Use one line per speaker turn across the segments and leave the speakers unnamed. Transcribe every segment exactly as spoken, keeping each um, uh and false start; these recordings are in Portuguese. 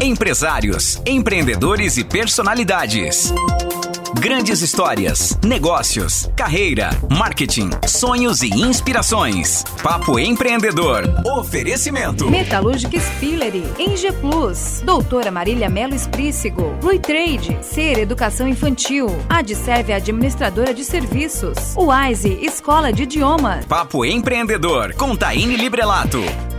Empresários, empreendedores e personalidades. Grandes histórias, negócios, carreira, marketing, sonhos e inspirações. Papo Empreendedor. Oferecimento.
Metalúrgica Spillery, Eng Plus, Doutora Marília Melo Esprícigo, Rui Trade, Ser Educação Infantil, Adserve Administradora de Serviços, Wise Escola de Idiomas.
Papo Empreendedor, com Taine Librelato.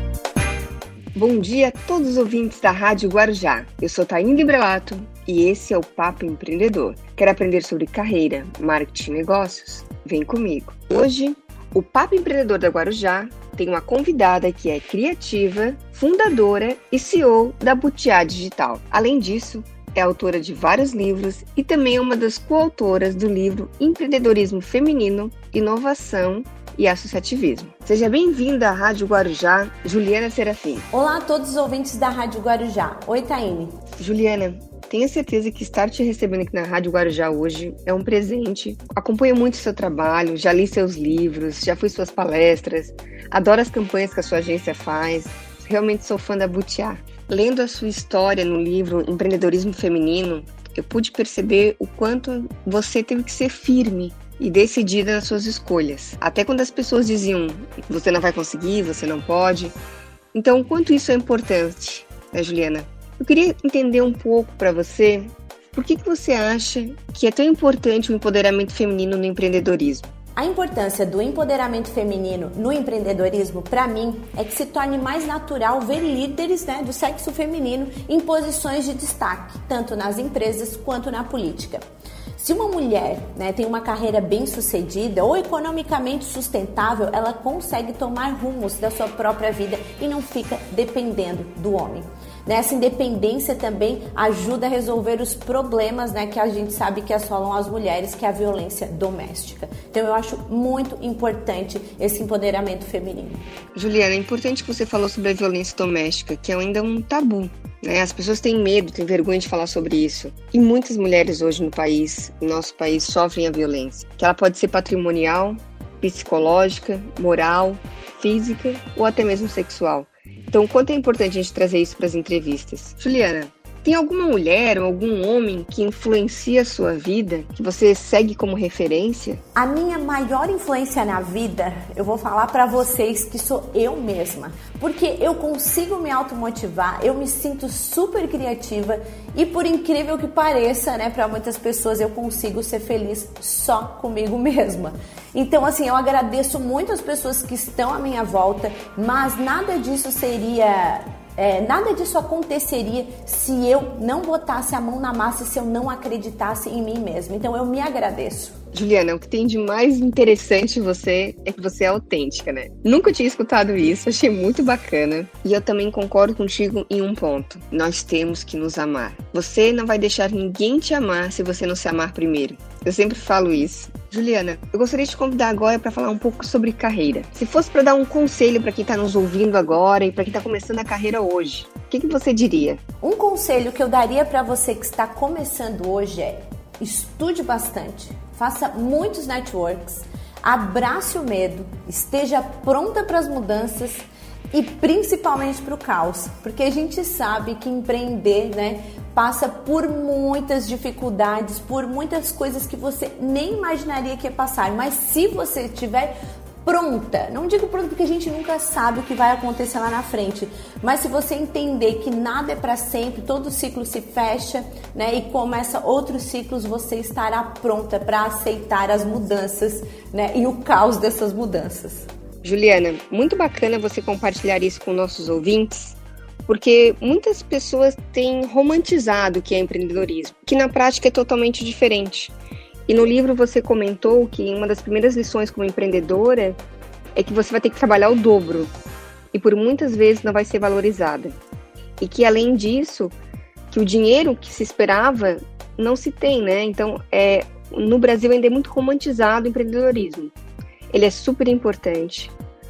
Bom dia a todos os ouvintes da Rádio Guarujá. Eu sou Taine Librelato e esse é o Papo Empreendedor. Quer aprender sobre carreira, marketing e negócios? Vem comigo. Hoje, o Papo Empreendedor da Guarujá tem uma convidada que é criativa, fundadora e C E O da Butiá Digital. Além disso, é autora de vários livros e também é uma das coautoras do livro Empreendedorismo Feminino, Inovação e Associativismo. Seja bem-vinda à Rádio Guarujá, Juliana Serafim.
Olá a todos os ouvintes da Rádio Guarujá. Oi, Taine.
Juliana, tenho certeza que estar te recebendo aqui na Rádio Guarujá hoje é um presente. Acompanho muito o seu trabalho, já li seus livros, já fui suas palestras, adoro as campanhas que a sua agência faz, realmente sou fã da Butiá. Lendo a sua história no livro Empreendedorismo Feminino, eu pude perceber o quanto você teve que ser firme e decidida nas suas escolhas. Até quando as pessoas diziam, você não vai conseguir, você não pode. Então, o quanto isso é importante, né, Juliana? Eu queria entender um pouco para você, por que que você acha que é tão importante o empoderamento feminino no empreendedorismo?
A importância do empoderamento feminino no empreendedorismo, para mim, é que se torne mais natural ver líderes, né, do sexo feminino em posições de destaque, tanto nas empresas quanto na política. Se uma mulher, né, tem uma carreira bem-sucedida ou economicamente sustentável, ela consegue tomar rumos da sua própria vida e não fica dependendo do homem. Essa independência também ajuda a resolver os problemas, né, que a gente sabe que assolam as mulheres, que é a violência doméstica. Então eu acho muito importante esse empoderamento feminino.
Juliana, é importante que você falou sobre a violência doméstica, que é ainda um tabu, né? As pessoas têm medo, têm vergonha de falar sobre isso. E muitas mulheres hoje no país, no nosso país, sofrem a violência, que ela pode ser patrimonial, psicológica, moral, física ou até mesmo sexual. Então, o quanto é importante a gente trazer isso para as entrevistas. Juliana, tem alguma mulher ou algum homem que influencia a sua vida, que você segue como referência?
A minha maior influência na vida, eu vou falar para vocês que sou eu mesma. Porque eu consigo me automotivar, eu me sinto super criativa e, por incrível que pareça, né, para muitas pessoas, eu consigo ser feliz só comigo mesma. Então, assim, eu agradeço muito as pessoas que estão à minha volta, mas nada disso seria... É, nada disso aconteceria se eu não botasse a mão na massa, se eu não acreditasse em mim mesma. Então eu me agradeço.
Juliana, o que tem de mais interessante em você é que você é autêntica, né? Nunca tinha escutado isso, achei muito bacana. E eu também concordo contigo em um ponto. Nós temos que nos amar. Você não vai deixar ninguém te amar se você não se amar primeiro. Eu sempre falo isso. Juliana, eu gostaria de te convidar agora para falar um pouco sobre carreira. Se fosse para dar um conselho para quem está nos ouvindo agora e para quem está começando a carreira hoje, o que que você diria?
Um conselho que eu daria para você que está começando hoje é: estude bastante, faça muitos networks, abrace o medo, esteja pronta para as mudanças e principalmente para o caos, porque a gente sabe que empreender, né, passa por muitas dificuldades, por muitas coisas que você nem imaginaria que ia passar, mas se você estiver pronta, não digo pronta porque a gente nunca sabe o que vai acontecer lá na frente, mas se você entender que nada é para sempre, todo ciclo se fecha, né, e começa outros ciclos, você estará pronta para aceitar as mudanças, né, e o caos dessas mudanças.
Juliana, muito bacana você compartilhar isso com nossos ouvintes, porque muitas pessoas têm romantizado o que é empreendedorismo, que na prática é totalmente diferente. E no livro você comentou que uma das primeiras lições como empreendedora é que você vai ter que trabalhar o dobro e por muitas vezes não vai ser valorizada. E que além disso, que o dinheiro que se esperava não se tem, né? Então, é, no Brasil ainda é muito romantizado o empreendedorismo. Ele é super importante,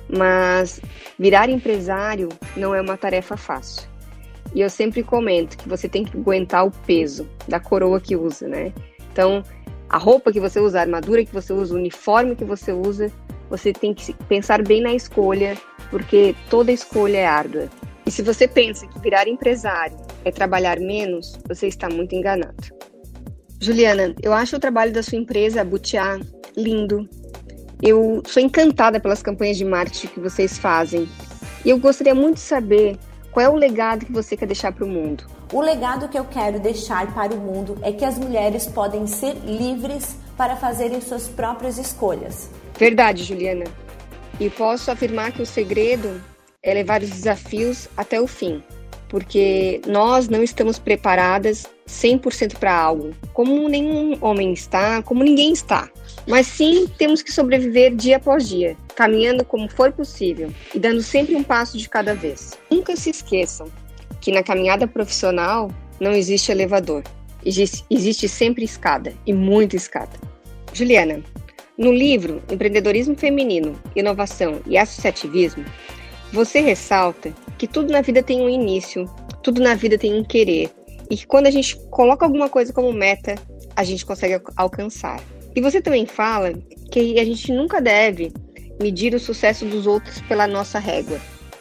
mas virar empresário não é uma tarefa fácil. E eu sempre comento que você tem que aguentar o peso da coroa que usa, né? Então, a roupa que você usa, a armadura que você usa, o uniforme que você usa, você tem que pensar bem na escolha, porque toda escolha é árdua. E se você pensa que virar empresário é trabalhar menos, você está muito enganado. Juliana, eu acho o trabalho da sua empresa, a Butiá, lindo. Eu sou encantada pelas campanhas de marketing que vocês fazem. E eu gostaria muito de saber qual é o legado que você quer deixar para o mundo.
O legado que eu quero deixar para o mundo é que as mulheres podem ser livres para fazerem suas próprias escolhas.
Verdade, Juliana. E posso afirmar que o segredo é levar os desafios até o fim. Porque nós não estamos preparadas cem por cento para algo, como nenhum homem está, como ninguém está. Mas sim, temos que sobreviver dia após dia, caminhando como for possível e dando sempre um passo de cada vez. Nunca se esqueçam que na caminhada profissional não existe elevador, existe, existe sempre escada, e muita escada. Juliana, no livro Empreendedorismo Feminino, Inovação e Associativismo, você ressalta que tudo na vida tem um início, tudo na vida tem um querer, e que quando a gente coloca alguma coisa como meta, a gente consegue alcançar. E você também fala que a gente nunca deve medir o sucesso dos outros pela nossa régua.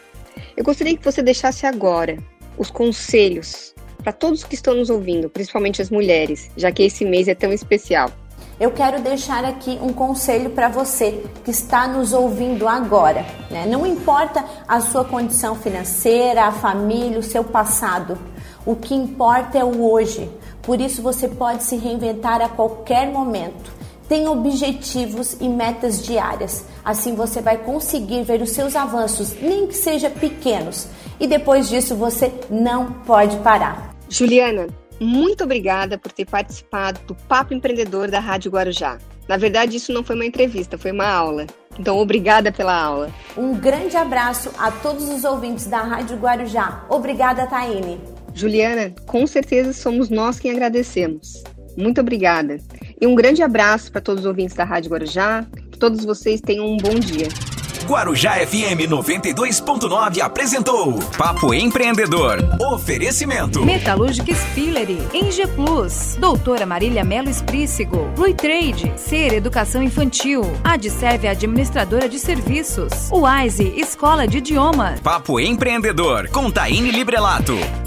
Eu gostaria que você deixasse agora os conselhos para todos que estão nos ouvindo, principalmente as mulheres, já que esse mês é tão especial.
Eu quero deixar aqui um conselho para você que está nos ouvindo agora, né? Não importa a sua condição financeira, a família, o seu passado. O que importa é o hoje. Por isso você pode se reinventar a qualquer momento. Tenha objetivos e metas diárias. Assim você vai conseguir ver os seus avanços, nem que sejam pequenos. E depois disso você não pode parar.
Juliana, muito obrigada por ter participado do Papo Empreendedor da Rádio Guarujá. Na verdade, isso não foi uma entrevista, foi uma aula. Então, obrigada pela aula.
Um grande abraço a todos os ouvintes da Rádio Guarujá. Obrigada, Taine.
Juliana, com certeza somos nós quem agradecemos. Muito obrigada. E um grande abraço para todos os ouvintes da Rádio Guarujá. Que todos vocês tenham um bom dia.
Guarujá F M noventa e dois ponto nove apresentou Papo Empreendedor. Oferecimento
Metalúrgica Spillery, Enge Plus, Doutora Marília Melo Esprícigo, Ruitrade, Ser Educação Infantil, Adserve Administradora de Serviços, Wise Escola de Idiomas.
Papo Empreendedor com Taine Librelato.